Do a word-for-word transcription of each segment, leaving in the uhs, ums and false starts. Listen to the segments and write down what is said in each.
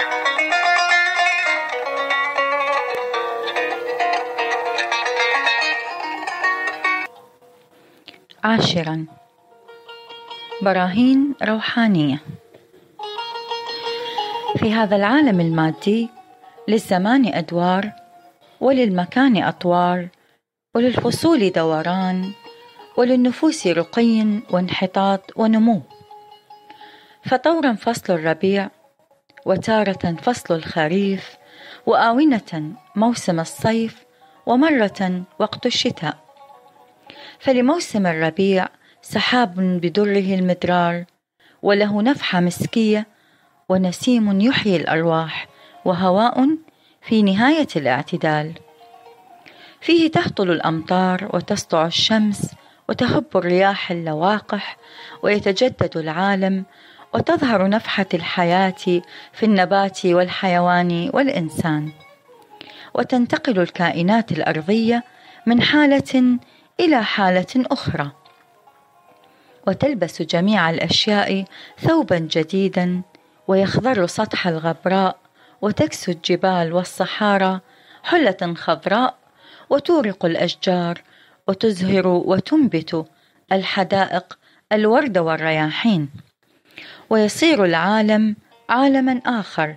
عاشرا، براهين روحانية. في هذا العالم المادي للزمان أدوار، وللمكان أطوار، وللفصول دوران، وللنفوس رقي وانحطاط ونمو. فطورا فصل الربيع، وتارة فصل الخريف، وآونة موسم الصيف، ومرة وقت الشتاء. فلموسم الربيع سحاب بدره المدرار، وله نفحة مسكية، ونسيم يحيي الأرواح، وهواء في نهاية الاعتدال. فيه تهطل الأمطار، وتسطع الشمس، وتهب الرياح اللواقح، ويتجدد العالم، وتظهر نفحة الحياة في النبات والحيوان والإنسان. وتنتقل الكائنات الأرضية من حالة إلى حالة أخرى، وتلبس جميع الأشياء ثوبا جديدا، ويخضر سطح الغبراء، وتكسو الجبال والصحارى حلة خضراء، وتورق الأشجار، وتزهر وتنبت الحدائق الورد والرياحين. ويصير العالم عالما آخر،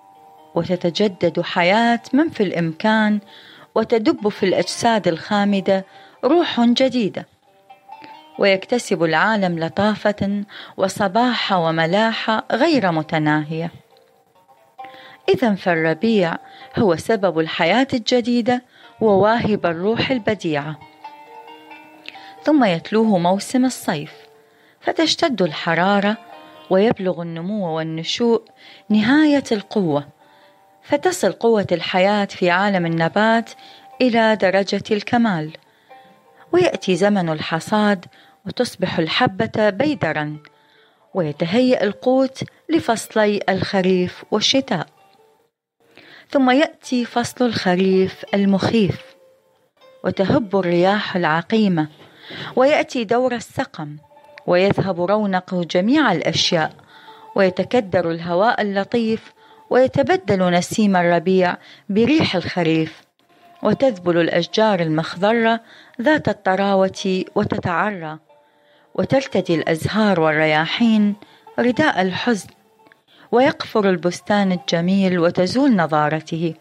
وتتجدد حياة من في الإمكان، وتدب في الأجساد الخامدة روح جديدة. ويكتسب العالم لطافة وصباحة وملاحة غير متناهية. إذن فالربيع هو سبب الحياة الجديدة، وواهب الروح البديعة. ثم يتلوه موسم الصيف، فتشتد الحرارة، ويبلغ النمو والنشوء نهاية القوة، فتصل قوة الحياة في عالم النبات إلى درجة الكمال. ويأتي زمن الحصاد، وتصبح الحبة بيدرا، ويتهيأ القوت لفصلي الخريف والشتاء. ثم يأتي فصل الخريف المخيف، وتهب الرياح العقيمة، ويأتي دور السقم، ويذهب رونق جميع الأشياء، ويتكدر الهواء اللطيف، ويتبدل نسيم الربيع بريح الخريف، وتذبل الأشجار المخضرة ذات الطراوة وتتعرى، وترتدي الأزهار والرياحين رداء الحزن، ويقفر البستان الجميل وتزول نضارته.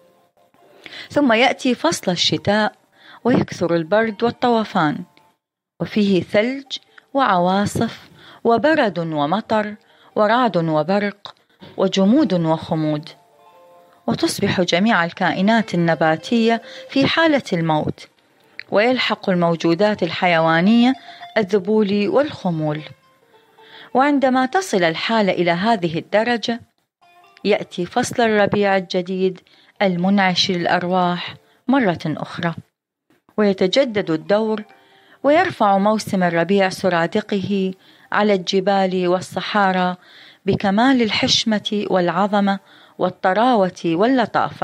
ثم يأتي فصل الشتاء، ويكثر البرد والطوفان، وفيه ثلج وعواصف وبرد ومطر ورعد وبرق وجمود وخمود. وتصبح جميع الكائنات النباتية في حالة الموت، ويلحق الموجودات الحيوانية الذبول والخمول. وعندما تصل الحالة إلى هذه الدرجة، يأتي فصل الربيع الجديد المنعش للأرواح مرة أخرى، ويتجدد الدور، ويرفع موسم الربيع سرادقه على الجبال والصحارى بكمال الحشمة والعظمة والطراوة واللطافة.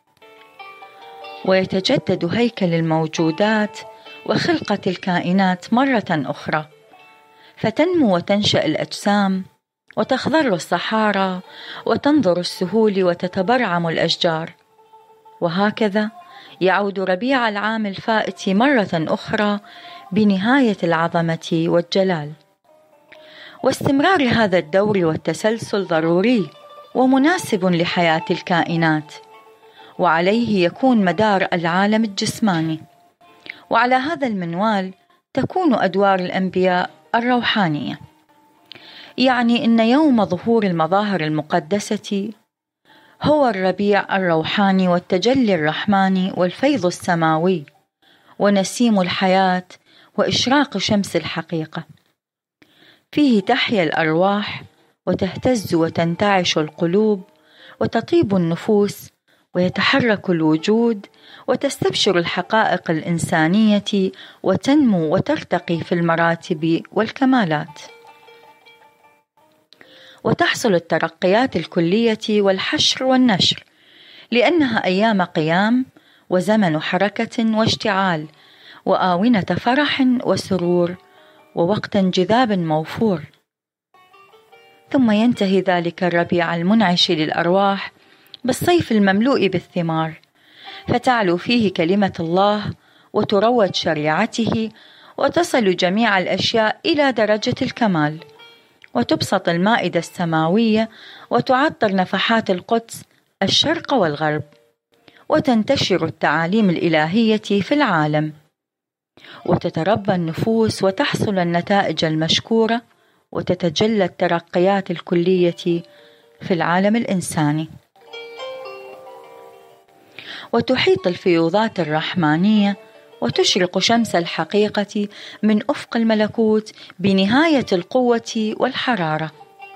ويتجدد هيكل الموجودات وخلقة الكائنات مرة أخرى، فتنمو وتنشأ الأجسام، وتخضر الصحارى، وتنظر السهول، وتتبرعم الأشجار. وهكذا يعود ربيع العام الفائت مرة أخرى بنهاية العظمة والجلال. واستمرار هذا الدور والتسلسل ضروري ومناسب لحياة الكائنات، وعليه يكون مدار العالم الجسماني. وعلى هذا المنوال تكون أدوار الأنبياء الروحانية. يعني إن يوم ظهور المظاهر المقدسة هو الربيع الروحاني، والتجلي الرحماني، والفيض السماوي، ونسيم الحياة، وإشراق شمس الحقيقة. فيه تحيا الأرواح، وتهتز وتنتعش القلوب، وتطيب النفوس، ويتحرك الوجود، وتستبشر الحقائق الإنسانية، وتنمو وترتقي في المراتب والكمالات، وتحصل الترقيات الكلية والحشر والنشر، لأنها أيام قيام، وزمن حركة واشتعال، وآونة فرح وسرور، ووقت جذاب موفور. ثم ينتهي ذلك الربيع المنعش للأرواح بالصيف المملوء بالثمار، فتعلو فيه كلمة الله وتروج شريعته، وتصل جميع الأشياء إلى درجة الكمال، وتبسط المائدة السماوية وتعطر نفحات القدس الشرق والغرب، وتنتشر التعاليم الإلهية في العالم، وتتربى النفوس وتحصل النتائج المشكورة، وتتجلى الترقيات الكلية في العالم الإنساني، وتحيط الفيوضات الرحمانية وتشرق شمس الحقيقة من أفق الملكوت بنهاية القوة والحرارة.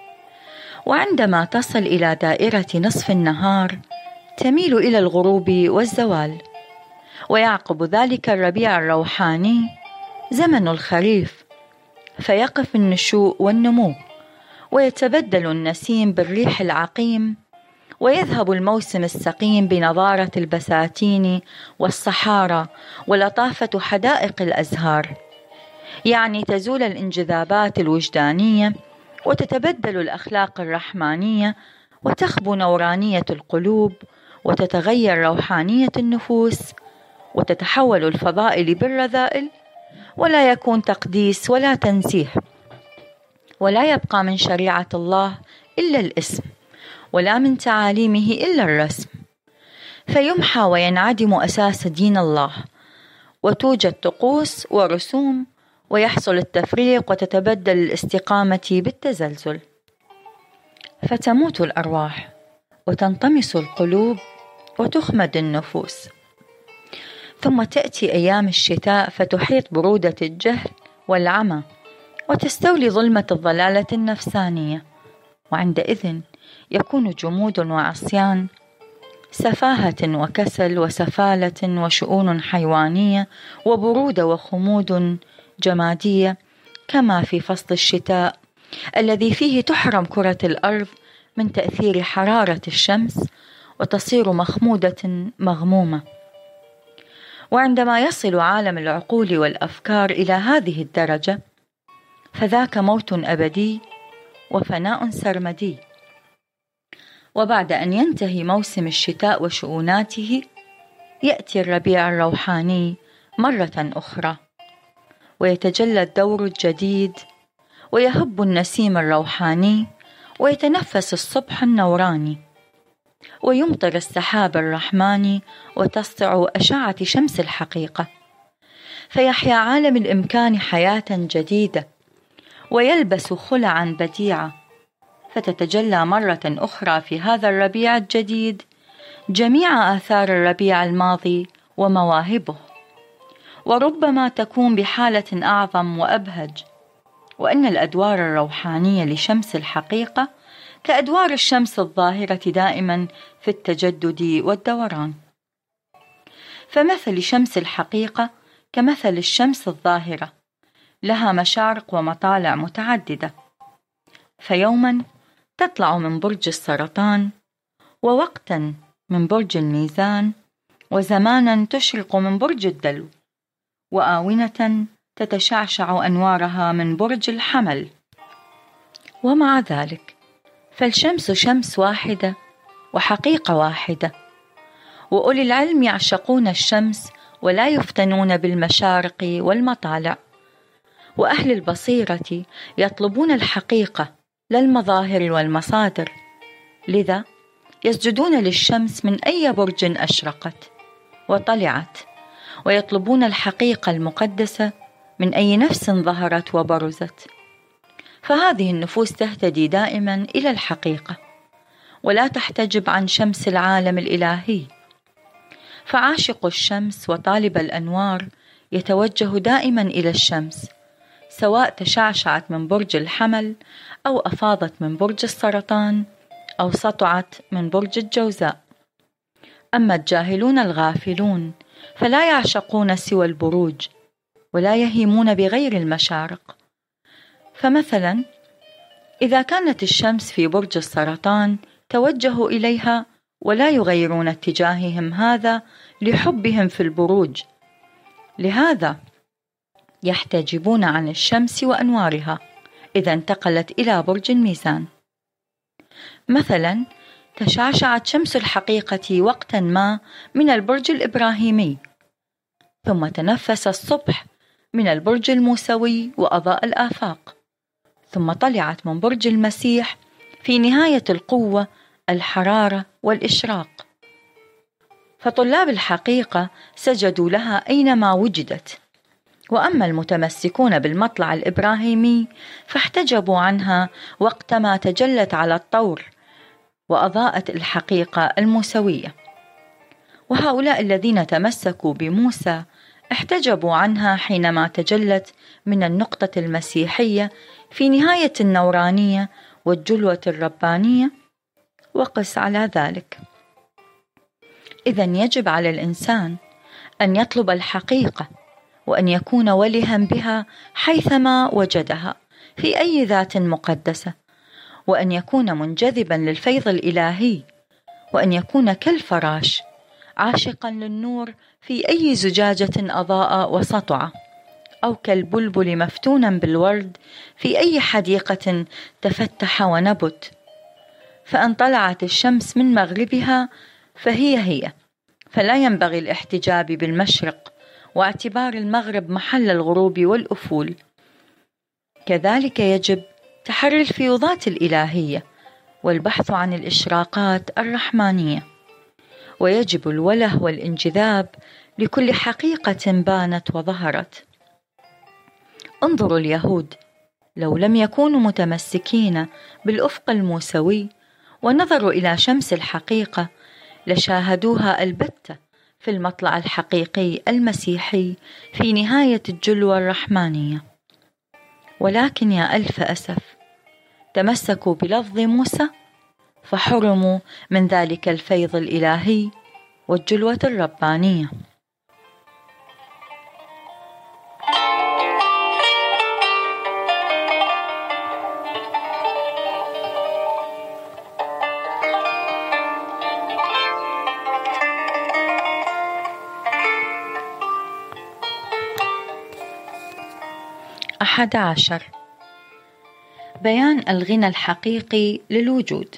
وعندما تصل إلى دائرة نصف النهار تميل إلى الغروب والزوال، ويعقب ذلك الربيع الروحاني زمن الخريف، فيقف النشوء والنمو، ويتبدل النسيم بالريح العقيم، ويذهب الموسم السقيم بنضارة البساتين والصحارى ولطافة حدائق الأزهار، يعني تزول الانجذابات الوجدانية، وتتبدل الأخلاق الرحمانية، وتخبو نورانية القلوب، وتتغير روحانية النفوس، وتتحول الفضائل بالرذائل، ولا يكون تقديس ولا تنزيه، ولا يبقى من شريعة الله إلا الاسم، ولا من تعاليمه إلا الرسم، فيمحى وينعدم أساس دين الله، وتوجد طقوس ورسوم، ويحصل التفريق، وتتبدل الاستقامة بالتزلزل، فتموت الأرواح، وتنطمس القلوب، وتخمد النفوس. ثم تأتي أيام الشتاء فتحيط برودة الجهل والعمى، وتستولي ظلمة الضلالة النفسانية، وعندئذ يكون جمود وعصيان، سفاهة وكسل وسفالة وشؤون حيوانية، وبرودة وخمود جمادية، كما في فصل الشتاء الذي فيه تحرم كرة الأرض من تأثير حرارة الشمس وتصير مخمودة مغمومة. وعندما يصل عالم العقول والأفكار إلى هذه الدرجة فذاك موت أبدي وفناء سرمدي. وبعد أن ينتهي موسم الشتاء وشؤوناته يأتي الربيع الروحاني مرة أخرى، ويتجلى الدور الجديد، ويهب النسيم الروحاني، ويتنفس الصبح النوراني، ويمطر السحاب الرحماني، وتسطع أشعة شمس الحقيقة، فيحيا عالم الإمكان حياة جديدة، ويلبس خلعا بديعة، فتتجلى مرة أخرى في هذا الربيع الجديد جميع آثار الربيع الماضي ومواهبه، وربما تكون بحالة أعظم وأبهج، وأن الأدوار الروحانية لشمس الحقيقة كأدوار الشمس الظاهرة دائما في التجدد والدوران، فمثل شمس الحقيقة كمثل الشمس الظاهرة، لها مشارق ومطالع متعددة، فيوما تطلع من برج السرطان، ووقتا من برج الميزان، وزمانا تشرق من برج الدلو، وآونة تتشعشع أنوارها من برج الحمل. ومع ذلك فالشمس شمس واحدة وحقيقة واحدة، وأولي العلم يعشقون الشمس ولا يفتنون بالمشارق والمطالع، وأهل البصيرة يطلبون الحقيقة لا المظاهر والمصادر، لذا يسجدون للشمس من أي برج أشرقت وطلعت، ويطلبون الحقيقة المقدسة من أي نفس ظهرت وبرزت. فهذه النفوس تهتدي دائما إلى الحقيقة، ولا تحتجب عن شمس العالم الإلهي، فعاشق الشمس وطالب الأنوار يتوجه دائما إلى الشمس، سواء تشعشعت من برج الحمل، أو أفاضت من برج السرطان، أو سطعت من برج الجوزاء. أما الجاهلون الغافلون فلا يعشقون سوى البروج، ولا يهيمون بغير المشارق. فمثلا إذا كانت الشمس في برج السرطان توجهوا إليها، ولا يغيرون اتجاههم هذا لحبهم في البروج، لهذا يحتجبون عن الشمس وأنوارها إذا انتقلت إلى برج الميزان. مثلا تشعشعت شمس الحقيقة وقتا ما من البرج الإبراهيمي، ثم تنفس الصبح من البرج الموسوي وأضاء الآفاق، ثم طلعت من برج المسيح في نهاية القوة، الحرارة والإشراق. فطلاب الحقيقة سجدوا لها أينما وجدت، وأما المتمسكون بالمطلع الإبراهيمي فاحتجبوا عنها وقتما تجلت على الطور وأضاءت الحقيقة الموسوية. وهؤلاء الذين تمسكوا بموسى احتجبوا عنها حينما تجلت من النقطة المسيحية في نهاية النورانية والجلوة الربانية، وقس على ذلك. إذن يجب على الإنسان أن يطلب الحقيقة، وأن يكون ولها بها حيثما وجدها في أي ذات مقدسة، وأن يكون منجذبا للفيض الإلهي، وأن يكون كالفراش عاشقا للنور في أي زجاجة أضاء وسطع، أو كالبلبل مفتونا بالورد في أي حديقة تفتح ونبت. فأن طلعت الشمس من مغربها فهي هي، فلا ينبغي الاحتجاب بالمشرق واعتبار المغرب محل الغروب والأفول. كذلك يجب تحري الفيوضات الإلهية والبحث عن الإشراقات الرحمانية، ويجب الوله والانجذاب لكل حقيقة بانت وظهرت. انظروا اليهود، لو لم يكونوا متمسكين بالأفق الموسوي ونظروا إلى شمس الحقيقة لشاهدوها البتة في المطلع الحقيقي المسيحي في نهاية الجلوة الرحمانية. ولكن يا ألف أسف، تمسكوا بلفظ موسى فحرموا من ذلك الفيض الإلهي والجلوة الربانية. أحد عشر. بيان الغنى الحقيقي للوجود.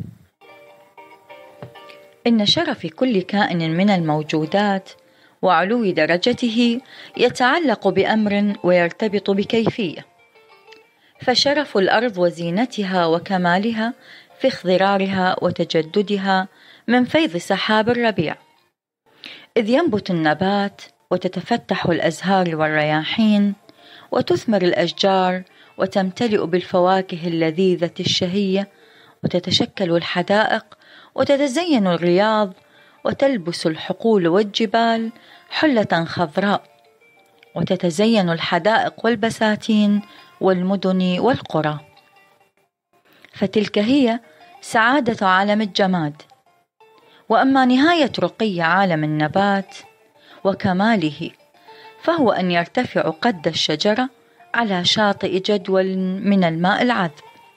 إن شرف كل كائن من الموجودات وعلو درجته يتعلق بأمر ويرتبط بكيفية، فشرف الأرض وزينتها وكمالها في اخضرارها وتجددها من فيض سحاب الربيع، إذ ينبت النبات وتتفتح الأزهار والرياحين وتثمر الأشجار وتمتلئ بالفواكه اللذيذة الشهية، وتتشكل الحدائق وتتزين الرياض، وتلبس الحقول والجبال حلة خضراء، وتتزين الحدائق والبساتين والمدن والقرى. فتلك هي سعادة عالم الجماد. وأما نهاية رقي عالم النبات وكماله فهو أن يرتفع قد الشجرة على شاطئ جدول من الماء العذب،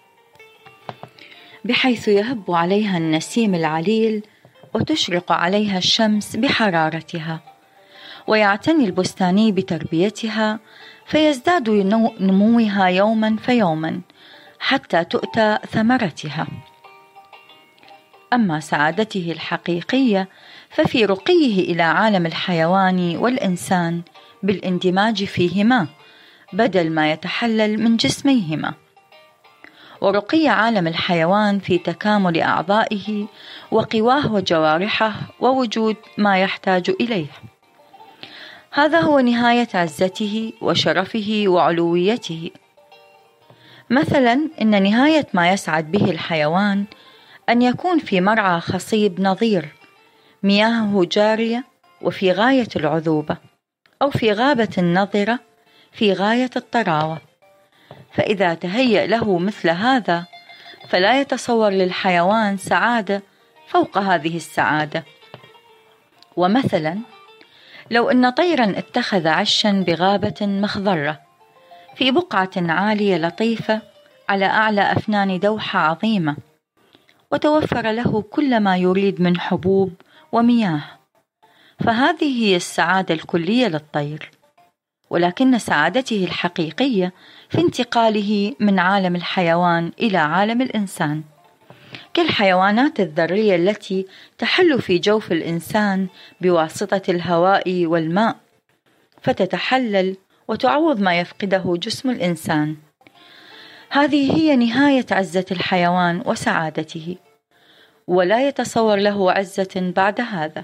بحيث يهب عليها النسيم العليل وتشرق عليها الشمس بحرارتها، ويعتني البستاني بتربيتها فيزداد نموها يوما فيوما حتى تؤتى ثمرتها. أما سعادته الحقيقية ففي رقيه إلى عالم الحيوان والإنسان بالاندماج فيهما بدل ما يتحلل من جسميهما، ورقي عالم الحيوان في تكامل أعضائه وقواه وجوارحه ووجود ما يحتاج إليه. هذا هو نهاية عزته وشرفه وعلويته. مثلا إن نهاية ما يسعد به الحيوان أن يكون في مرعى خصيب نظير مياهه جارية وفي غاية العذوبة، أو في غابة نظرة في غاية الطراوة. فإذا تهيأ له مثل هذا فلا يتصور للحيوان سعادة فوق هذه السعادة. ومثلا لو أن طيرا اتخذ عشا بغابة مخضرة في بقعة عالية لطيفة على أعلى أفنان دوحة عظيمة، وتوفر له كل ما يريد من حبوب ومياه، فهذه هي السعادة الكلية للطير. ولكن سعادته الحقيقية في انتقاله من عالم الحيوان إلى عالم الإنسان، كالحيوانات الذرية التي تحل في جوف الإنسان بواسطة الهواء والماء، فتتحلل وتعوض ما يفقده جسم الإنسان. هذه هي نهاية عزة الحيوان وسعادته، ولا يتصور له عزة بعد هذا.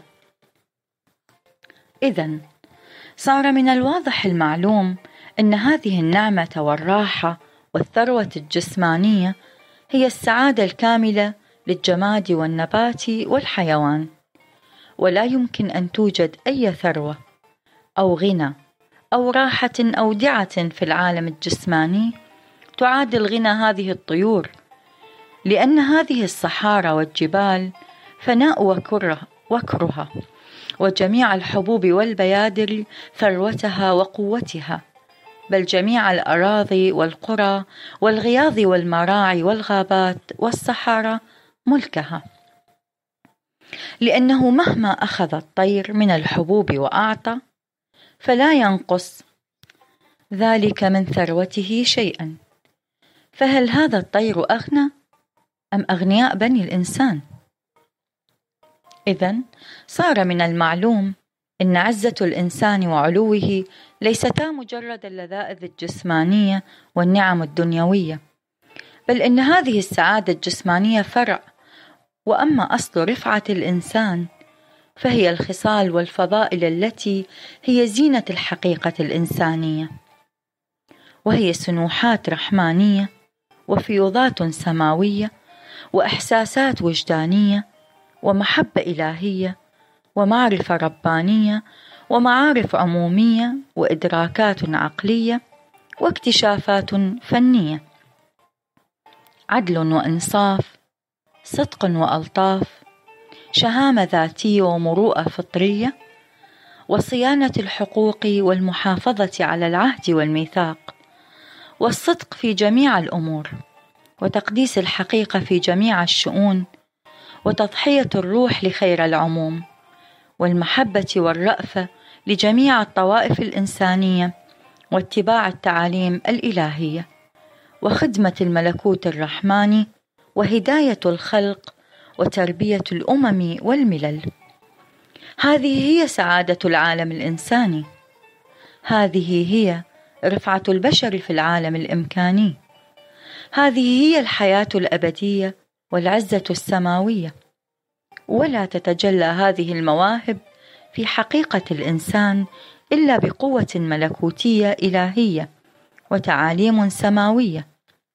إذن صار من الواضح المعلوم أن هذه النعمة والراحة والثروة الجسمانية هي السعادة الكاملة للجماد والنبات والحيوان، ولا يمكن أن توجد أي ثروة أو غنى أو راحة أودعة في العالم الجسماني تعادل غنى هذه الطيور، لأن هذه الصحارى والجبال فناء وكره وكرها، وجميع الحبوب والبيادر ثروتها وقوتها، بل جميع الأراضي والقرى والغياض والمراعي والغابات والصحارى ملكها، لأنه مهما أخذ الطير من الحبوب وأعطى فلا ينقص ذلك من ثروته شيئا. فهل هذا الطير أغنى أم أغنياء بني الإنسان؟ إذن صار من المعلوم إن عزة الإنسان وعلوه ليستا مجرد اللذائذ الجسمانية والنعم الدنيوية، بل إن هذه السعادة الجسمانية فرع، وأما أصل رفعة الإنسان فهي الخصال والفضائل التي هي زينة الحقيقة الإنسانية، وهي سنوحات رحمانية وفيوضات سماوية وإحساسات وجدانية ومحبة إلهية ومعرفة ربانية ومعارف عمومية وإدراكات عقلية واكتشافات فنية، عدل وإنصاف، صدق وألطاف، شهامة ذاتية ومروءة فطرية، وصيانة الحقوق والمحافظة على العهد والميثاق، والصدق في جميع الأمور، وتقديس الحقيقة في جميع الشؤون، وتضحية الروح لخير العموم، والمحبة والرأفة لجميع الطوائف الإنسانية، واتباع التعاليم الإلهية، وخدمة الملكوت الرحماني، وهداية الخلق، وتربية الأمم والملل. هذه هي سعادة العالم الإنساني، هذه هي رفعة البشر في العالم الإمكاني، هذه هي الحياة الأبدية والعزة السماوية. ولا تتجلى هذه المواهب في حقيقة الإنسان إلا بقوة ملكوتية إلهية وتعاليم سماوية،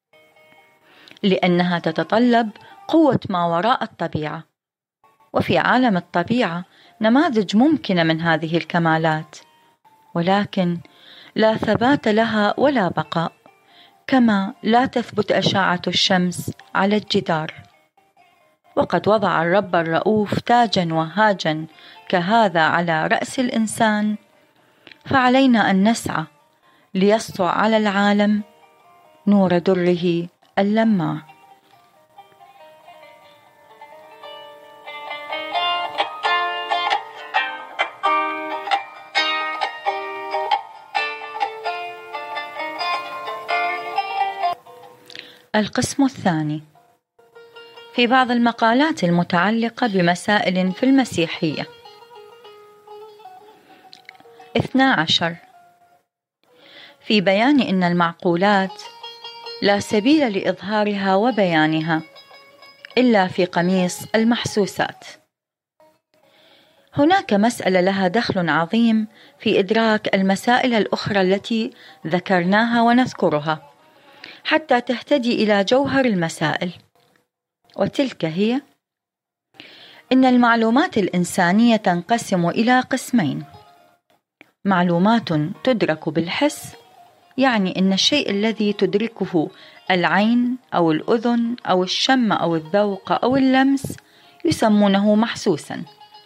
لأنها تتطلب قوة ما وراء الطبيعة، وفي عالم الطبيعة نماذج ممكنة من هذه الكمالات، ولكن لا ثبات لها ولا بقاء، كما لا تثبت أشعة الشمس على الجدار. وقد وضع الرب الرؤوف تاجا وهاجا كهذا على رأس الإنسان، فعلينا أن نسعى ليسطع على العالم نور دره اللماع. القسم الثاني، في بعض المقالات المتعلقة بمسائل في المسيحية. اثنا عشر، في بيان أن المعقولات لا سبيل لإظهارها وبيانها إلا في قميص المحسوسات. هناك مسألة لها دخل عظيم في إدراك المسائل الأخرى التي ذكرناها ونذكرها حتى تهتدي إلى جوهر المسائل، وتلك هي إن المعلومات الإنسانية تنقسم إلى قسمين: معلومات تدرك بالحس، يعني إن الشيء الذي تدركه العين أو الأذن أو الشم أو الذوق أو اللمس يسمونه محسوسا.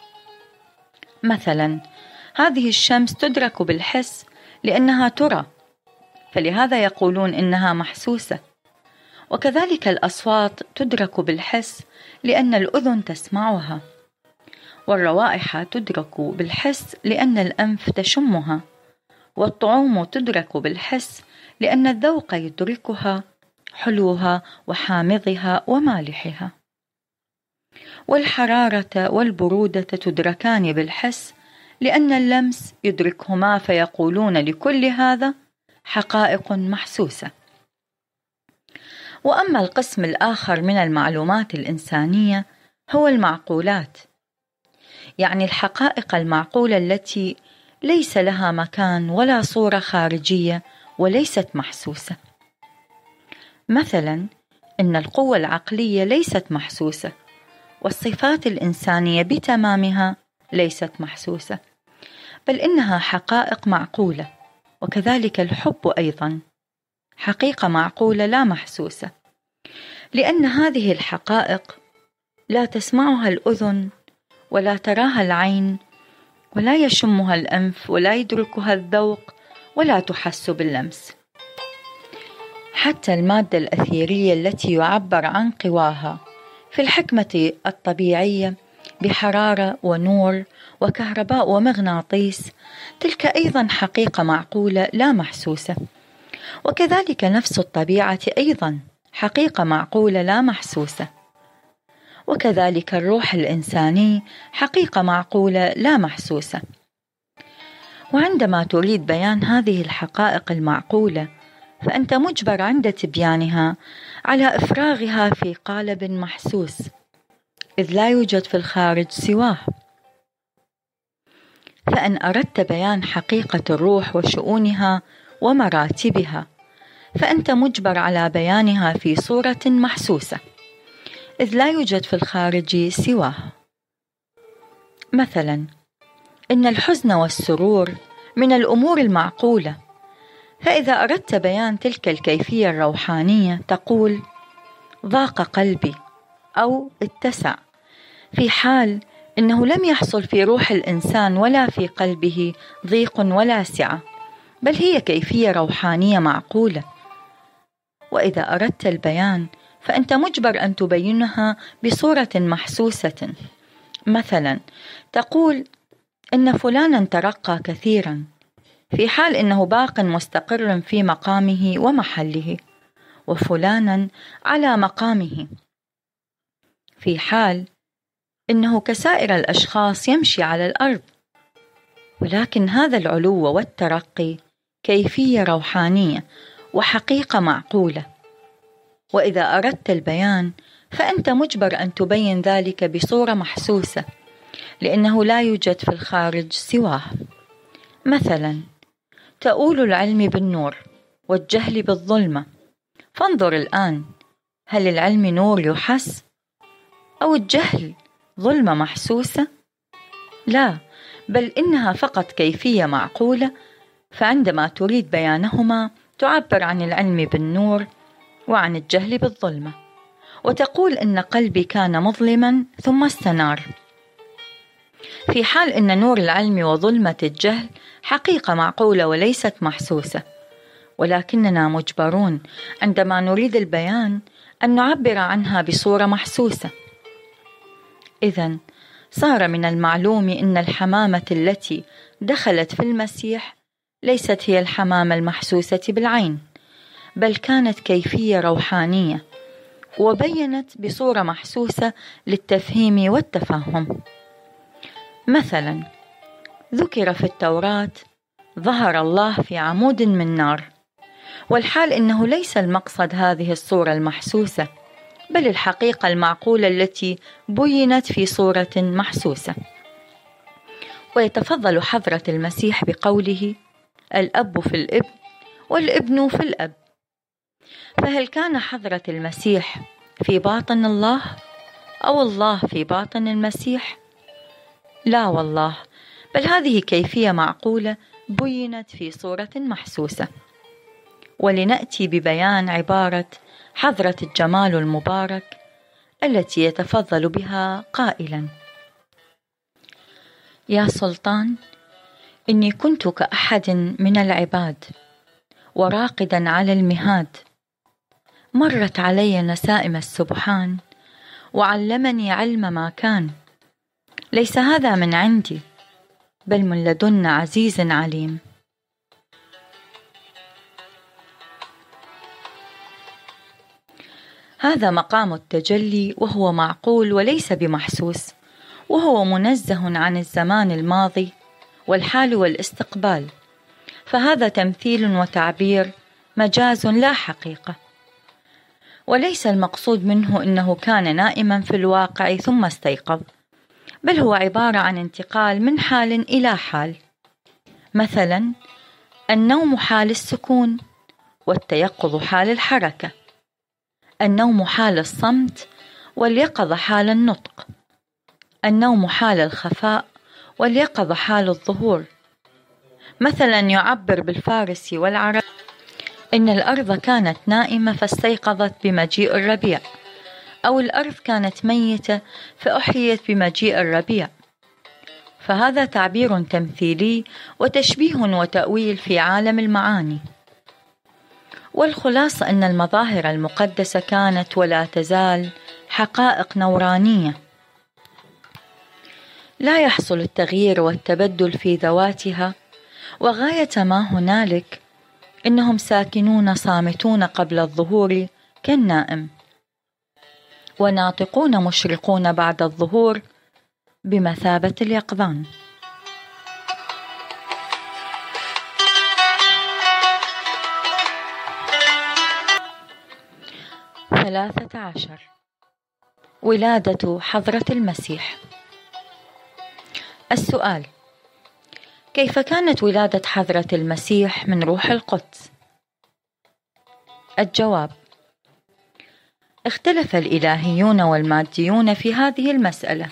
مثلا هذه الشمس تدرك بالحس لأنها ترى، فلهذا يقولون إنها محسوسة. وكذلك الأصوات تدرك بالحس لأن الأذن تسمعها، والروائح تدرك بالحس لأن الأنف تشمها، والطعوم تدرك بالحس لأن الذوق يدركها، حلوها وحامضها ومالحها. والحرارة والبرودة تدركان بالحس، لأن اللمس يدركهما، فيقولون لكل هذا حقائق محسوسة. وأما القسم الآخر من المعلومات الإنسانية هو المعقولات، يعني الحقائق المعقولة التي ليس لها مكان ولا صورة خارجية وليست محسوسة. مثلا إن القوة العقلية ليست محسوسة، والصفات الإنسانية بتمامها ليست محسوسة، بل إنها حقائق معقولة. وكذلك الحب أيضا حقيقة معقولة لا محسوسة، لأن هذه الحقائق لا تسمعها الأذن ولا تراها العين ولا يشمها الأنف ولا يدركها الذوق ولا تحس باللمس. حتى المادة الأثيرية التي يعبر عن قواها في الحكمة الطبيعية بحرارة ونور وكهرباء ومغناطيس، تلك أيضا حقيقة معقولة لا محسوسة. وكذلك نفس الطبيعة أيضا حقيقة معقولة لا محسوسة. وكذلك الروح الإنساني حقيقة معقولة لا محسوسة. وعندما تريد بيان هذه الحقائق المعقولة، فأنت مجبر عند تبيانها على إفراغها في قالب محسوس، إذ لا يوجد في الخارج سواه. فإن أردت بيان حقيقة الروح وشؤونها ومراتبها، فأنت مجبر على بيانها في صورة محسوسة، إذ لا يوجد في الخارج سواه. مثلا إن الحزن والسرور من الأمور المعقولة، فإذا أردت بيان تلك الكيفية الروحانية تقول ضاق قلبي أو اتسع، في حال إنه لم يحصل في روح الإنسان ولا في قلبه ضيق ولا سعة، بل هي كيفية روحانية معقولة. وإذا أردت البيان فأنت مجبر أن تبينها بصورة محسوسة. مثلا تقول إن فلانا ترقى كثيرا، في حال إنه باق مستقر في مقامه ومحله، وفلانا على مقامه، في حال إنه كسائر الأشخاص يمشي على الأرض. ولكن هذا العلو والترقي كيفية روحانية وحقيقة معقولة. وإذا أردت البيان فأنت مجبر أن تبين ذلك بصورة محسوسة، لأنه لا يوجد في الخارج سواه. مثلا تؤول العلم بالنور والجهل بالظلمة، فانظر الآن، هل العلم نور يحس أو الجهل ظلمة محسوسة؟ لا، بل إنها فقط كيفية معقولة. فعندما تريد بيانهما تعبر عن العلم بالنور وعن الجهل بالظلمة، وتقول إن قلبي كان مظلما ثم استنار، في حال إن نور العلم وظلمة الجهل حقيقة معقولة وليست محسوسة. ولكننا مجبرون عندما نريد البيان أن نعبر عنها بصورة محسوسة. إذن صار من المعلوم إن الحمامة التي دخلت في المسيح ليست هي الحمامة المحسوسة بالعين، بل كانت كيفية روحانية، وبينت بصورة محسوسة للتفهيم والتفهم. مثلا ذكر في التوراة ظهر الله في عمود من نار، والحال إنه ليس المقصد هذه الصورة المحسوسة، بل الحقيقة المعقولة التي بينت في صورة محسوسة. ويتفضل حضرة المسيح بقوله الأب في الابن والابن في الأب. فهل كان حضرة المسيح في باطن الله أو الله في باطن المسيح؟ لا والله، بل هذه كيفية معقولة بينت في صورة محسوسة. ولنأتي ببيان عبارة حضرة الجمال المبارك التي يتفضل بها قائلا: يا سلطان، إني كنت كأحد من العباد وراقدا على المهاد، مرت علي نسائم السبحان وعلمني علم ما كان، ليس هذا من عندي بل من لدن عزيز عليم. هذا مقام التجلي، وهو معقول وليس بمحسوس، وهو منزه عن الزمان الماضي والحال والاستقبال، فهذا تمثيل وتعبير، مجاز لا حقيقة. وليس المقصود منه إنه كان نائما في الواقع ثم استيقظ، بل هو عبارة عن انتقال من حال إلى حال. مثلا النوم حال السكون، والتيقظ حال الحركة. النوم حال الصمت، واليقظة حال النطق. النوم حال الخفاء، واليقظة حال الظهور. مثلا يعبر بالفارسي والعربي إن الأرض كانت نائمة فاستيقظت بمجيء الربيع، أو الأرض كانت ميتة فأحيت بمجيء الربيع. فهذا تعبير تمثيلي وتشبيه وتأويل في عالم المعاني. والخلاصة أن المظاهر المقدسة كانت ولا تزال حقائق نورانية، لا يحصل التغيير والتبدل في ذواتها، وغاية ما هنالك إنهم ساكنون صامتون قبل الظهور كالنائم، وناطقون مشرقون بعد الظهور بمثابة اليقظان. ثلاثة عشر. ولادة حضرة المسيح. السؤال: كيف كانت ولادة حضرة المسيح من روح القدس؟ الجواب: اختلف الإلهيون والماديون في هذه المسألة،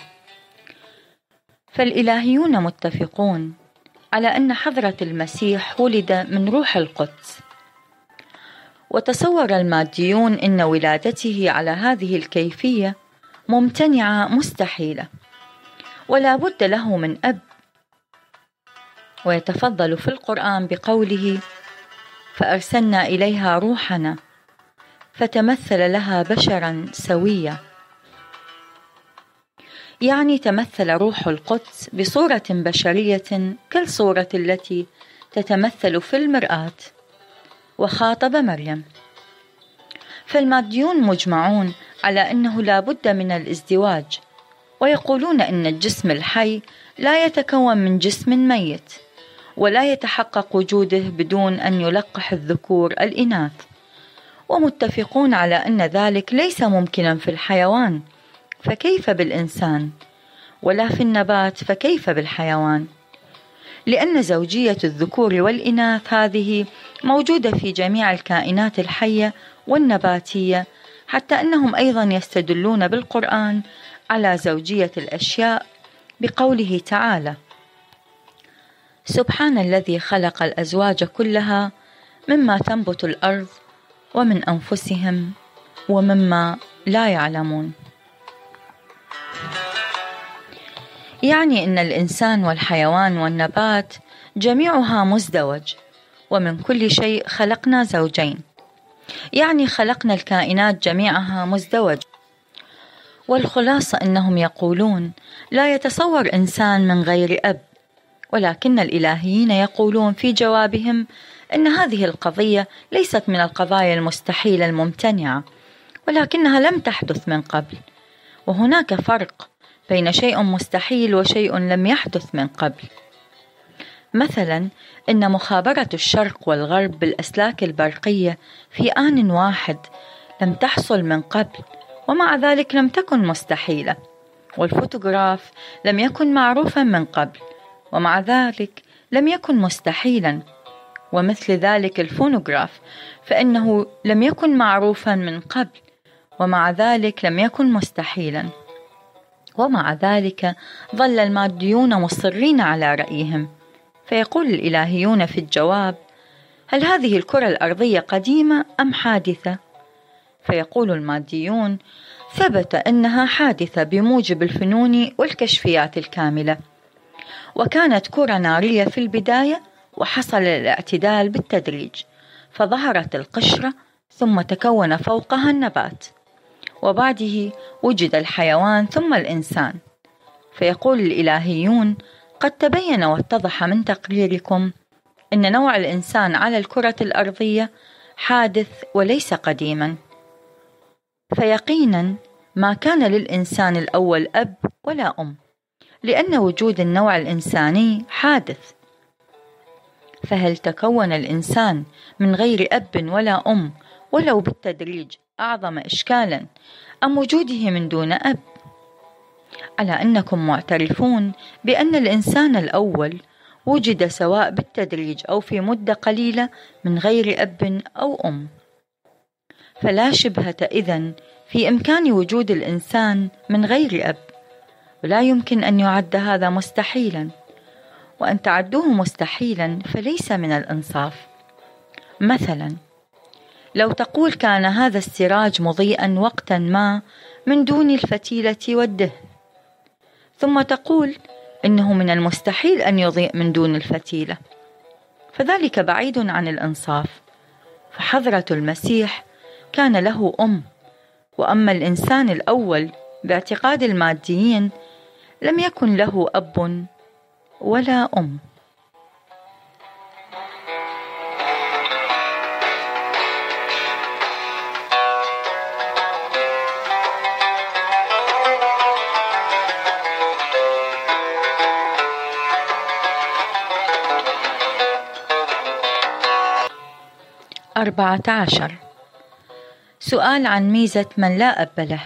فالإلهيون متفقون على أن حضرة المسيح ولد من روح القدس، وتصور الماديون أن ولادته على هذه الكيفية ممتنعة مستحيلة، ولا بد له من أب. ويتفضل في القرآن بقوله: فأرسلنا إليها روحنا فتمثل لها بشرا سويا، يعني تمثل روح القدس بصورة بشرية كالصورة التي تتمثل في المرآة، وخاطب مريم. فالماديون مجمعون على أنه لا بد من الازدواج، ويقولون أن الجسم الحي لا يتكون من جسم ميت، ولا يتحقق وجوده بدون أن يلقح الذكور الإناث، ومتفقون على أن ذلك ليس ممكنا في الحيوان، فكيف بالإنسان؟ ولا في النبات، فكيف بالحيوان؟ لأن زوجية الذكور والإناث هذه موجودة في جميع الكائنات الحية والنباتية، حتى أنهم أيضا يستدلون بالقرآن على زوجية الأشياء بقوله تعالى: سبحان الذي خلق الأزواج كلها مما تنبت الأرض ومن أنفسهم ومما لا يعلمون. يعني أن الإنسان والحيوان والنبات جميعها مزدوج، ومن كل شيء خلقنا زوجين، يعني خلقنا الكائنات جميعها مزدوج. والخلاصة أنهم يقولون لا يتصور إنسان من غير أب، ولكن الإلهيين يقولون في جوابهم أن هذه القضية ليست من القضايا المستحيلة الممتنعة، ولكنها لم تحدث من قبل، وهناك فرق بين شيء مستحيل وشيء لم يحدث من قبل. مثلا إن مخابرة الشرق والغرب بالأسلاك البرقية في آن واحد لم تحصل من قبل، ومع ذلك لم تكن مستحيلة. والفوتوغراف لم يكن معروفا من قبل، ومع ذلك لم يكن مستحيلا. ومثل ذلك الفونوغراف، فإنه لم يكن معروفا من قبل، ومع ذلك لم يكن مستحيلا. ومع ذلك ظل الماديون مصرين على رأيهم، فيقول الإلهيون في الجواب: هل هذه الكرة الأرضية قديمة أم حادثة؟ فيقول الماديون: ثبت أنها حادثة بموجب الفنون والكشفيات الكاملة، وكانت كرة نارية في البداية، وحصل الاعتدال بالتدريج، فظهرت القشرة ثم تكون فوقها النبات، وبعده وجد الحيوان ثم الإنسان. فيقول الإلهيون: قد تبين واتضح من تقريركم أن نوع الإنسان على الكرة الأرضية حادث وليس قديما. فيقينا ما كان للإنسان الأول أب ولا أم، لأن وجود النوع الإنساني حادث. فهل تكون الإنسان من غير أب ولا أم ولو بالتدريج أعظم إشكالا، أم وجوده من دون أب؟ على أنكم معترفون بأن الإنسان الأول وجد سواء بالتدريج أو في مدة قليلة من غير أب أو أم، فلا شبهة إذن في إمكان وجود الإنسان من غير أب، ولا يمكن أن يعد هذا مستحيلا، وأن تعدوه مستحيلا فليس من الإنصاف. مثلا لو تقول كان هذا السراج مضيئا وقتا ما من دون الفتيلة والدهن، ثم تقول إنه من المستحيل أن يضيء من دون الفتيلة، فذلك بعيد عن الإنصاف. فحضرة المسيح كان له أم، وأما الإنسان الأول باعتقاد الماديين لم يكن له أب ولا أم. أربعة عشر. سؤال عن ميزة من لا أب له.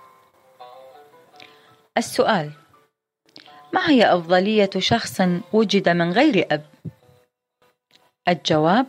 السؤال: ما هي أفضلية شخص وجد من غير أب؟ الجواب: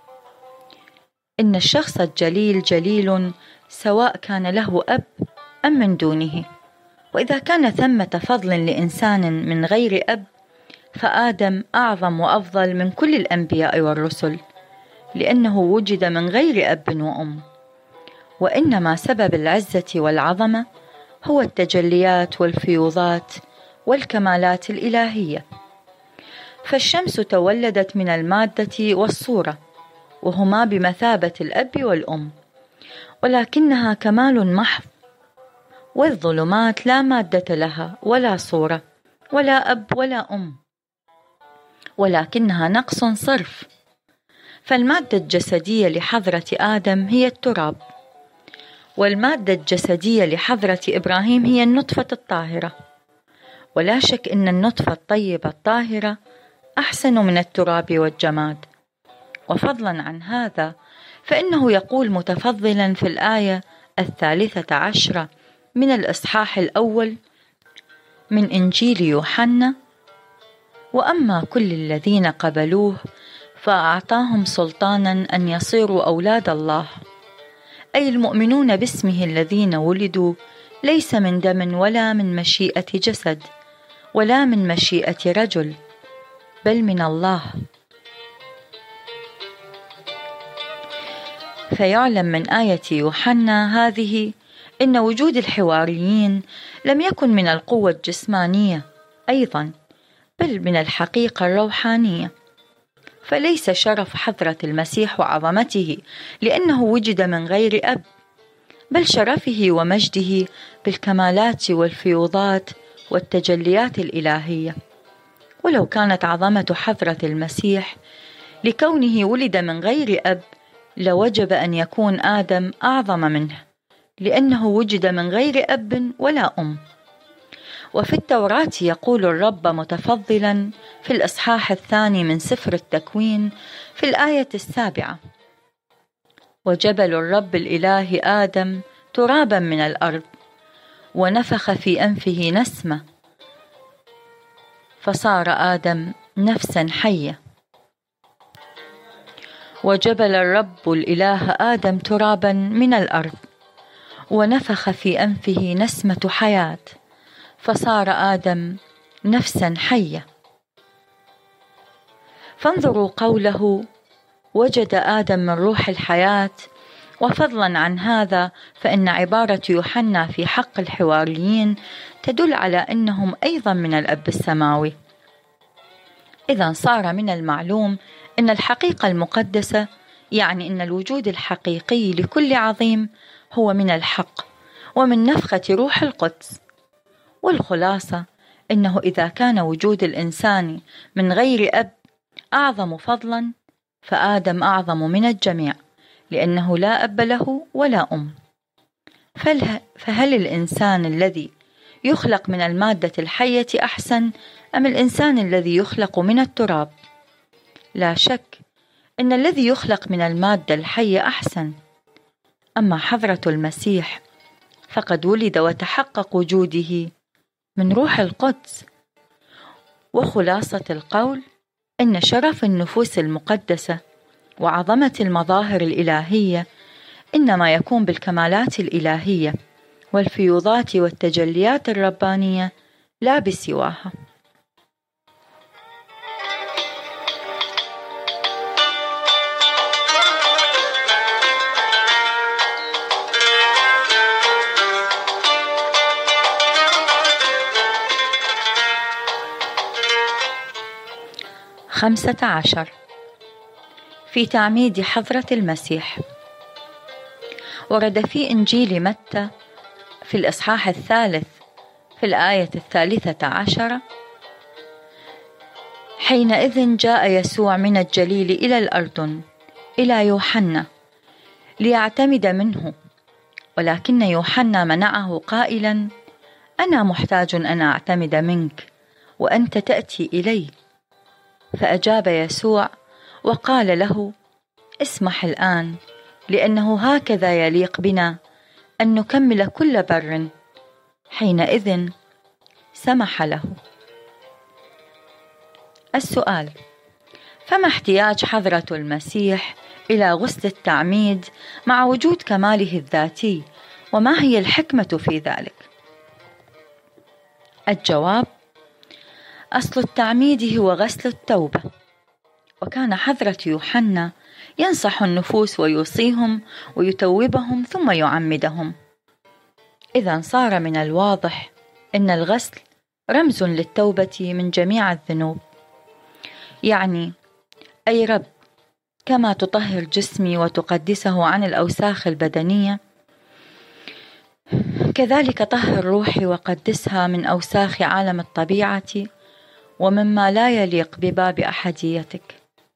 إن الشخص الجليل جليل سواء كان له أب أم من دونه. وإذا كان ثمة فضل لإنسان من غير أب، فآدم أعظم وأفضل من كل الأنبياء والرسل، لأنه وجد من غير أب وأم. وإنما سبب العزة والعظمة هو التجليات والفيوضات والكمالات الإلهية. فالشمس تولدت من المادة والصورة، وهما بمثابة الأب والأم، ولكنها كمال محض، والظلمات لا مادة لها ولا صورة ولا أب ولا أم، ولكنها نقص صرف. فالمادة الجسدية لحضرة آدم هي التراب، والمادة الجسدية لحضرة إبراهيم هي النطفة الطاهرة. ولا شك أن النطفة الطيبة الطاهرة أحسن من التراب والجماد. وفضلا عن هذا، فإنه يقول متفضلا في الآية الثالثة عشرة من الإصحاح الأول من إنجيل يوحنا: وأما كل الذين قبلوه فأعطاهم سلطانا أن يصيروا أولاد الله، أي المؤمنون باسمه الذين ولدوا ليس من دم ولا من مشيئة جسد ولا من مشيئة رجل، بل من الله. فيعلم من آية يوحنا هذه إن وجود الحواريين لم يكن من القوة الجسمانية أيضا، بل من الحقيقة الروحانية. فليس شرف حضرة المسيح وعظمته لأنه وجد من غير أب، بل شرفه ومجده بالكمالات والفيوضات والتجليات الإلهية. ولو كانت عظمة حضرة المسيح لكونه ولد من غير أب، لوجب أن يكون آدم أعظم منه، لأنه وجد من غير أب ولا أم. وفي التوراة يقول الرب متفضلا في الإصحاح الثاني من سفر التكوين في الآية السابعة: وجبل الرب الإله آدم ترابا من الأرض، ونفخ في أنفه نسمة، فصار آدم نفسا حية. وجبل الرب الإله آدم ترابا من الأرض، ونفخ في أنفه نسمة حياة، فصار آدم نفسا حية. فانظروا قوله: وجد آدم من روح الحياة. وفضلا عن هذا، فإن عبارة يوحنا في حق الحواريين تدل على أنهم أيضا من الأب السماوي. إذا صار من المعلوم أن الحقيقة المقدسة، يعني أن الوجود الحقيقي لكل عظيم هو من الحق ومن نفخة روح القدس. والخلاصة أنه إذا كان وجود الإنسان من غير أب أعظم فضلا، فآدم أعظم من الجميع، لأنه لا أب له ولا أم. فهل الإنسان الذي يخلق من المادة الحية أحسن أم الإنسان الذي يخلق من التراب؟ لا شك أن الذي يخلق من المادة الحية أحسن. أما حضرة المسيح فقد ولد وتحقق وجوده من روح القدس. وخلاصة القول إن شرف النفوس المقدسة وعظمة المظاهر الإلهية إنما يكون بالكمالات الإلهية والفيوضات والتجليات الربانية لا بسواها. خمسة عشر. في تعميد حضرة المسيح. ورد في إنجيل متى في الإصحاح الثالث في الآية الثالثة عشرة: حينئذ جاء يسوع من الجليل إلى الأردن إلى يوحنا ليعتمد منه، ولكن يوحنا منعه قائلا: أنا محتاج أن أعتمد منك وأنت تأتي إلي. فأجاب يسوع وقال له: اسمح الآن، لأنه هكذا يليق بنا أن نكمل كل بر. حينئذ سمح له. السؤال: فما احتياج حضرة المسيح إلى غسل التعميد مع وجود كماله الذاتي، وما هي الحكمة في ذلك؟ الجواب: أصل التعميد هو غسل التوبة، وكان حضرة يوحنا ينصح النفوس ويوصيهم ويتوبهم ثم يعمدهم. إذن صار من الواضح أن الغسل رمز للتوبة من جميع الذنوب. يعني أي رب، كما تطهر جسمي وتقدسه عن الأوساخ البدنية، كذلك طهر روحي وقدسها من أوساخ عالم الطبيعة ومما لا يليق بباب أحديتك.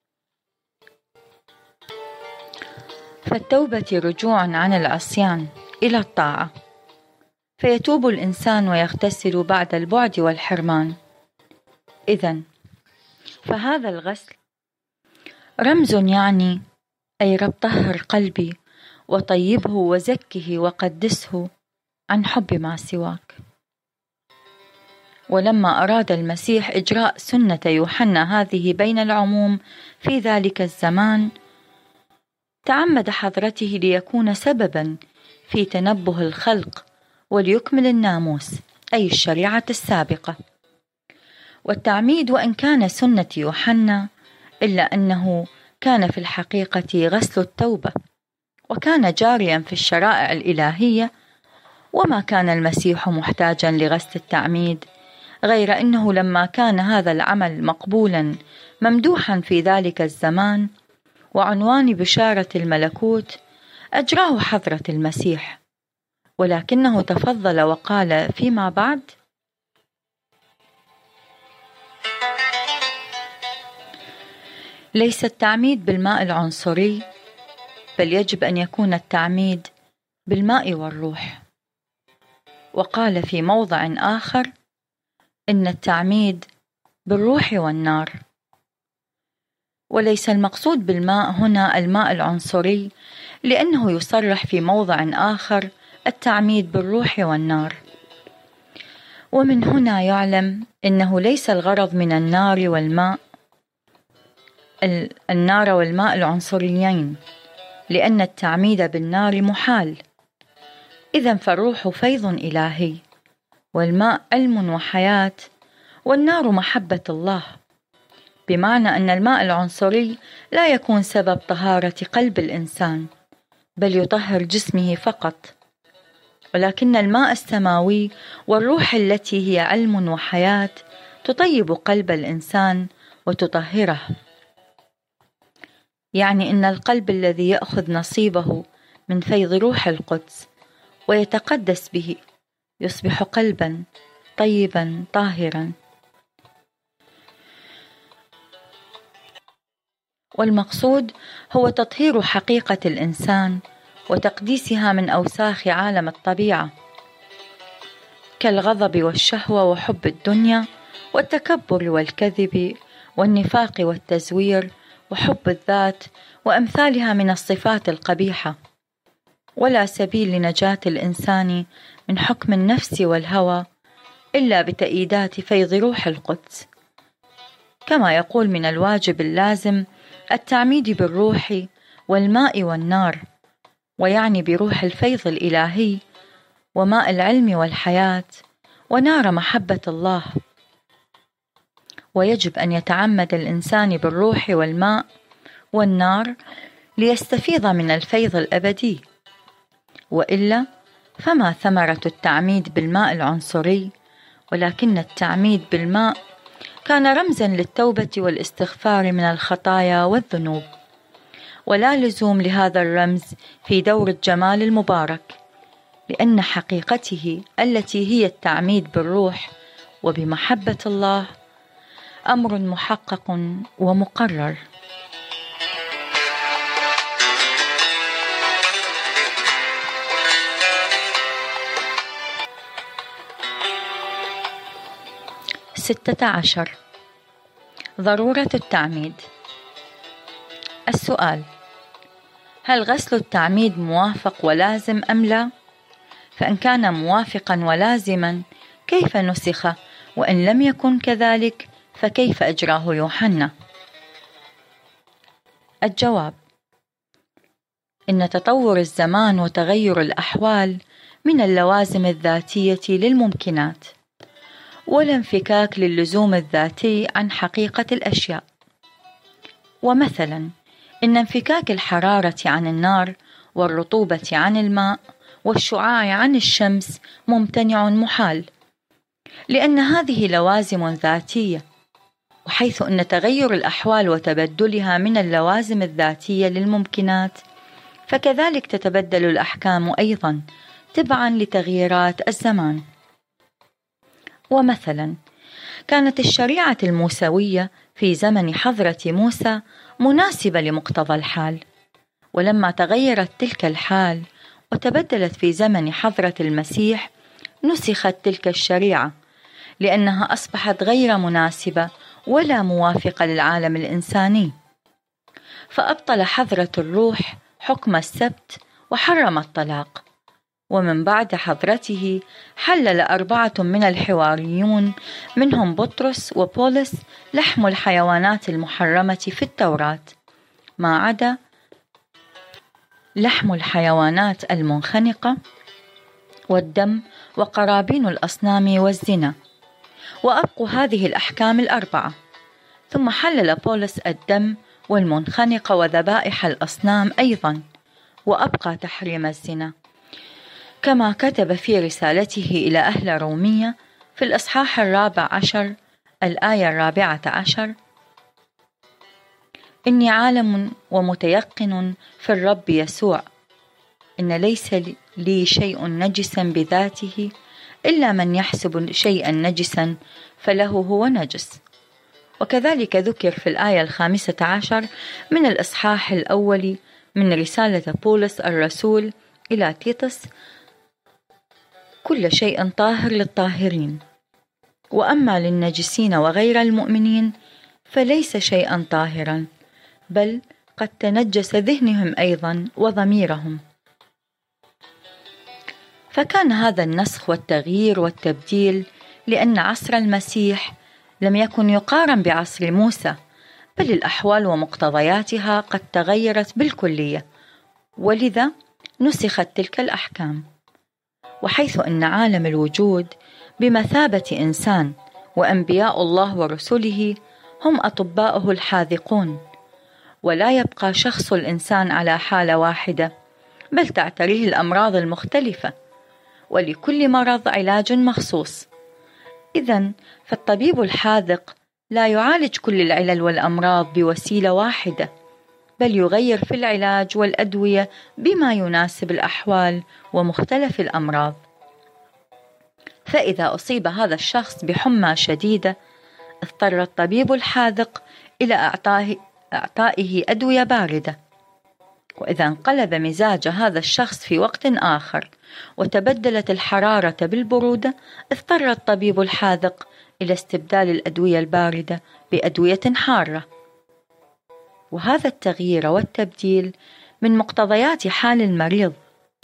فالتوبة رجوع عن العصيان إلى الطاعة، فيتوب الإنسان ويغتسل بعد البعد والحرمان. إذن فهذا الغسل رمز، يعني أي رب طهر قلبي وطيبه وزكه وقدسه عن حب ما سواك. ولما أراد المسيح إجراء سنة يوحنا هذه بين العموم في ذلك الزمان، تعمد حضرته ليكون سببا في تنبه الخلق وليكمل الناموس، أي الشريعة السابقة. والتعميد وإن كان سنة يوحنا، إلا أنه كان في الحقيقة غسل التوبة، وكان جاريا في الشرائع الإلهية. وما كان المسيح محتاجا لغسل التعميد، غير أنه لما كان هذا العمل مقبولا ممدوحا في ذلك الزمان وعنوان بشارة الملكوت، أجراه حضرة المسيح، ولكنه تفضل وقال فيما بعد: ليس التعميد بالماء العنصري، بل يجب أن يكون التعميد بالماء والروح. وقال في موضع آخر: إن التعميد بالروح والنار. وليس المقصود بالماء هنا الماء العنصري، لأنه يصرح في موضع آخر التعميد بالروح والنار. ومن هنا يعلم أنه ليس الغرض من النار والماء النار والماء العنصريين، لأن التعميد بالنار محال. إذن فالروح فيض إلهي، والماء علم وحياة، والنار محبة الله، بمعنى أن الماء العنصري لا يكون سبب طهارة قلب الإنسان، بل يطهر جسمه فقط. ولكن الماء السماوي والروح التي هي علم وحياة تطيب قلب الإنسان وتطهره. يعني إن القلب الذي يأخذ نصيبه من فيض روح القدس ويتقدس به يصبح قلبا طيبا طاهرا. والمقصود هو تطهير حقيقة الإنسان وتقديسها من أوساخ عالم الطبيعة، كالغضب والشهوة وحب الدنيا والتكبر والكذب والنفاق والتزوير وحب الذات وأمثالها من الصفات القبيحة. ولا سبيل لنجاة الإنسان من حكم النفس والهوى إلا بتأييدات فيض روح القدس، كما يقول من الواجب اللازم التعميد بالروح والماء والنار، ويعني بروح الفيض الإلهي وماء العلم والحياة ونار محبة الله. ويجب أن يتعمد الإنسان بالروح والماء والنار ليستفيض من الفيض الأبدي، وإلا فما ثمرة التعميد بالماء العنصري، ولكن التعميد بالماء كان رمزا للتوبة والاستغفار من الخطايا والذنوب، ولا لزوم لهذا الرمز في دور الجمال المبارك، لأن حقيقته التي هي التعميد بالروح وبمحبة الله أمر محقق ومقرر. ستة عشر. ضرورة التعميد. السؤال: هل غسل التعميد موافق ولازم أم لا؟ فإن كان موافقا ولازما كيف نسخ؟ وإن لم يكن كذلك فكيف أجراه يوحنا؟ الجواب: إن تطور الزمان وتغير الأحوال من اللوازم الذاتية للممكنات، ولا انفكاك للزوم الذاتي عن حقيقة الأشياء. ومثلا إن انفكاك الحرارة عن النار والرطوبة عن الماء والشعاع عن الشمس ممتنع محال، لأن هذه لوازم ذاتية، وحيث أن تغير الأحوال وتبدلها من اللوازم الذاتية للممكنات، فكذلك تتبدل الأحكام أيضا تبعا لتغييرات الزمان. ومثلا كانت الشريعة الموسوية في زمن حضرة موسى مناسبة لمقتضى الحال، ولما تغيرت تلك الحال وتبدلت في زمن حضرة المسيح نسخت تلك الشريعة، لأنها أصبحت غير مناسبة ولا موافقة للعالم الإنساني، فأبطل حضرة الروح حكم السبت وحرم الطلاق. ومن بعد حضرته حلل أربعة من الحواريون منهم بطرس وبولس لحم الحيوانات المحرمة في التوراة، ما عدا لحم الحيوانات المنخنقة والدم وقرابين الأصنام والزنا، وأبقوا هذه الأحكام الأربعة. ثم حلل بولس الدم والمنخنقة وذبائح الأصنام أيضا، وأبقى تحريم الزنا، كما كتب في رسالته إلى أهل رومية في الإصحاح الرابع عشر الآية الرابعة عشر: إني عالم ومتيقن في الرب يسوع إن ليس لي شيء نجسا بذاته، إلا من يحسب شيئا نجسا فله هو نجس. وكذلك ذكر في الآية الخامسة عشر من الإصحاح الأول من رسالة بولس الرسول إلى تيتس: كل شيء طاهر للطاهرين، وأما للنجسين وغير المؤمنين فليس شيئا طاهرا، بل قد تنجس ذهنهم أيضا وضميرهم. فكان هذا النسخ والتغيير والتبديل لأن عصر المسيح لم يكن يقارن بعصر موسى، بل الأحوال ومقتضياتها قد تغيرت بالكلية، ولذا نسخت تلك الأحكام. وحيث أن عالم الوجود بمثابة إنسان، وأنبياء الله ورسله هم أطباؤه الحاذقون، ولا يبقى شخص الإنسان على حالة واحدة، بل تعتريه الأمراض المختلفة، ولكل مرض علاج مخصوص. إذن فالطبيب الحاذق لا يعالج كل العلل والأمراض بوسيلة واحدة، بل يغير في العلاج والأدوية بما يناسب الأحوال ومختلف الأمراض. فإذا أصيب هذا الشخص بحمى شديدة، اضطر الطبيب الحاذق إلى إعطائه أدوية باردة، وإذا انقلب مزاج هذا الشخص في وقت آخر وتبدلت الحرارة بالبرودة، اضطر الطبيب الحاذق إلى استبدال الأدوية الباردة بأدوية حارة. وهذا التغيير والتبديل من مقتضيات حال المريض،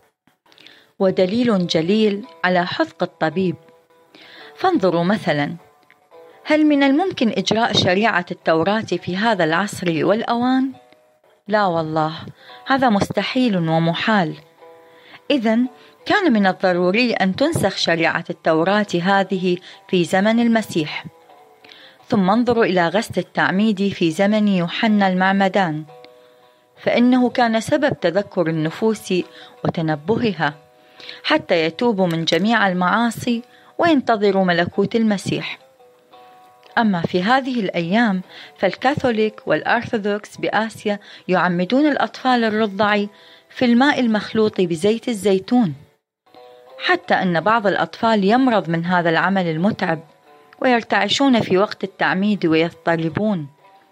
ودليل جليل على حذق الطبيب. فانظروا مثلا، هل من الممكن إجراء شريعة التوراة في هذا العصر والأوان؟ لا والله، هذا مستحيل ومحال. إذن كان من الضروري أن تنسخ شريعة التوراة هذه في زمن المسيح. ثم انظروا إلى غسل التعميد في زمن يوحنا المعمدان، فإنه كان سبب تذكر النفوس وتنبهها حتى يتوبوا من جميع المعاصي وينتظروا ملكوت المسيح. أما في هذه الأيام فالكاثوليك والأرثوذكس بآسيا يعمدون الأطفال الرضع في الماء المخلوط بزيت الزيتون، حتى أن بعض الأطفال يمرض من هذا العمل المتعب ويرتعشون في وقت التعميد ويضطربون.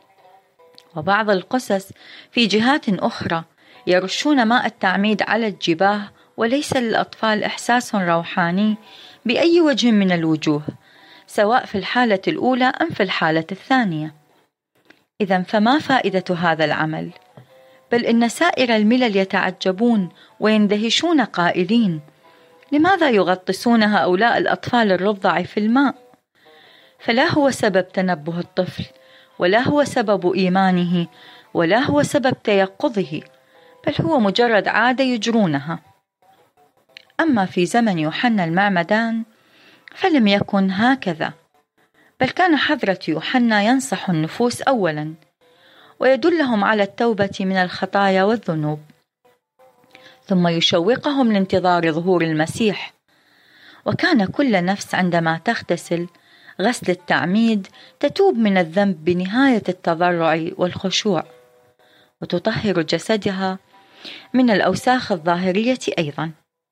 وبعض القسس في جهات أخرى يرشون ماء التعميد على الجباه، وليس للأطفال إحساس روحاني بأي وجه من الوجوه، سواء في الحالة الأولى أم في الحالة الثانية. إذن فما فائدة هذا العمل؟ بل إن سائر الملل يتعجبون ويندهشون قائلين: لماذا يغطسون هؤلاء الأطفال الرضع في الماء؟ فلا هو سبب تنبه الطفل، ولا هو سبب إيمانه، ولا هو سبب تيقظه، بل هو مجرد عادة يجرونها. أما في زمن يوحنا المعمدان فلم يكن هكذا، بل كان حضرة يوحنا ينصح النفوس أولا ويدلهم على التوبة من الخطايا والذنوب، ثم يشوقهم لانتظار ظهور المسيح. وكان كل نفس عندما تغتسل غسل التعميد تتوب من الذنب بنهاية التضرع والخشوع، وتطهر جسدها من الأوساخ الظاهرية أيضا.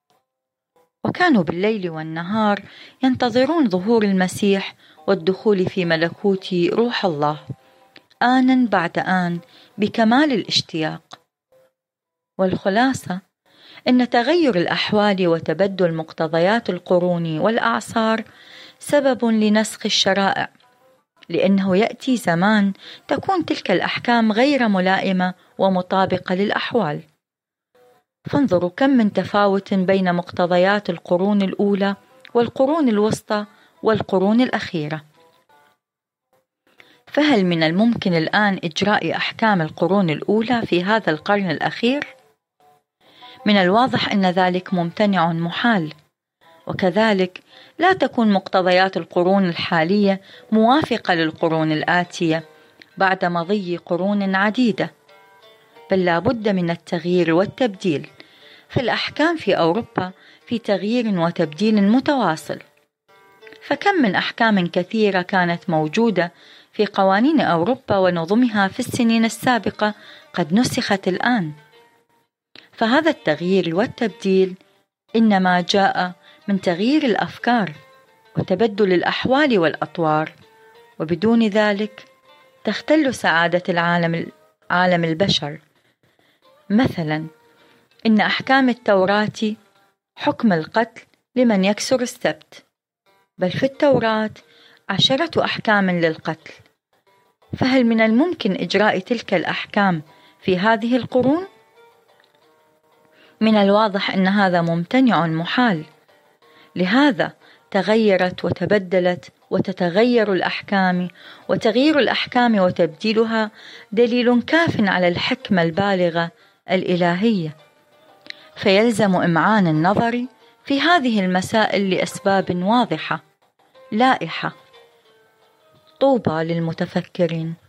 وكانوا بالليل والنهار ينتظرون ظهور المسيح والدخول في ملكوت روح الله آنا بعد آن بكمال الاشتياق. والخلاصة إن تغير الأحوال وتبدل مقتضيات القرون والأعصار سبب لنسخ الشرائع، لأنه يأتي زمان تكون تلك الأحكام غير ملائمة ومطابقة للأحوال. فانظروا كم من تفاوت بين مقتضيات القرون الأولى والقرون الوسطى والقرون الأخيرة. فهل من الممكن الآن إجراء أحكام القرون الأولى في هذا القرن الأخير؟ من الواضح أن ذلك ممتنع محال، وكذلك لا تكون مقتضيات القرون الحالية موافقة للقرون الآتية بعد مضي قرون عديدة، بل لا بد من التغيير والتبديل. فالأحكام في أوروبا في تغيير وتبديل متواصل، فكم من أحكام كثيرة كانت موجودة في قوانين أوروبا ونظمها في السنين السابقة قد نسخت الآن. فهذا التغيير والتبديل إنما جاء من تغيير الأفكار وتبدل الأحوال والأطوار، وبدون ذلك تختل سعادة العالم عالم البشر. مثلا إن أحكام التوراة حكم القتل لمن يكسر السبت، بل في التوراة عشرة أحكام للقتل. فهل من الممكن إجراء تلك الأحكام في هذه القرون؟ من الواضح أن هذا ممتنع محال. لهذا تغيرت وتبدلت وتتغير الأحكام، وتغيير الأحكام وتبديلها دليل كاف على الحكمة البالغة الإلهية. فيلزم إمعان النظر في هذه المسائل لأسباب واضحة لائحة. طوبى للمتفكرين.